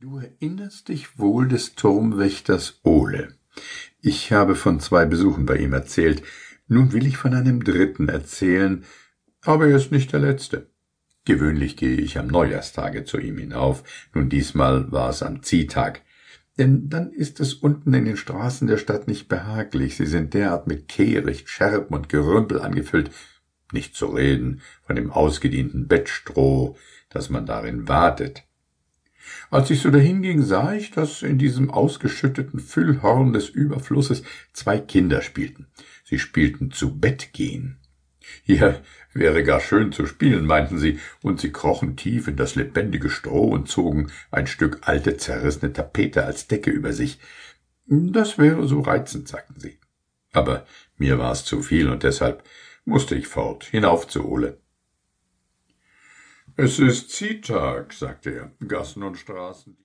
Du erinnerst dich wohl des Turmwächters Ole. Ich habe von 2 Besuchen bei ihm erzählt. Nun will ich von einem dritten erzählen, aber er ist nicht der letzte. Gewöhnlich gehe ich am Neujahrstage zu ihm hinauf, nun diesmal war es am Ziehtag. Denn dann ist es unten in den Straßen der Stadt nicht behaglich, sie sind derart mit Kehricht, Scherben und Gerümpel angefüllt, nicht zu reden von dem ausgedienten Bettstroh, das man darin watet. Als ich so dahinging, sah ich, dass in diesem ausgeschütteten Füllhorn des Überflusses 2 Kinder spielten. Sie spielten zu Bett gehen. Hier wäre gar schön zu spielen, meinten sie, und sie krochen tief in das lebendige Stroh und zogen ein Stück alte, zerrissene Tapete als Decke über sich. Das wäre so reizend, sagten sie. Aber mir war es zu viel, und deshalb musste ich fort, hinauf zu Ole. »Es ist Ziehtag«, sagte er, »Gassen und Straßen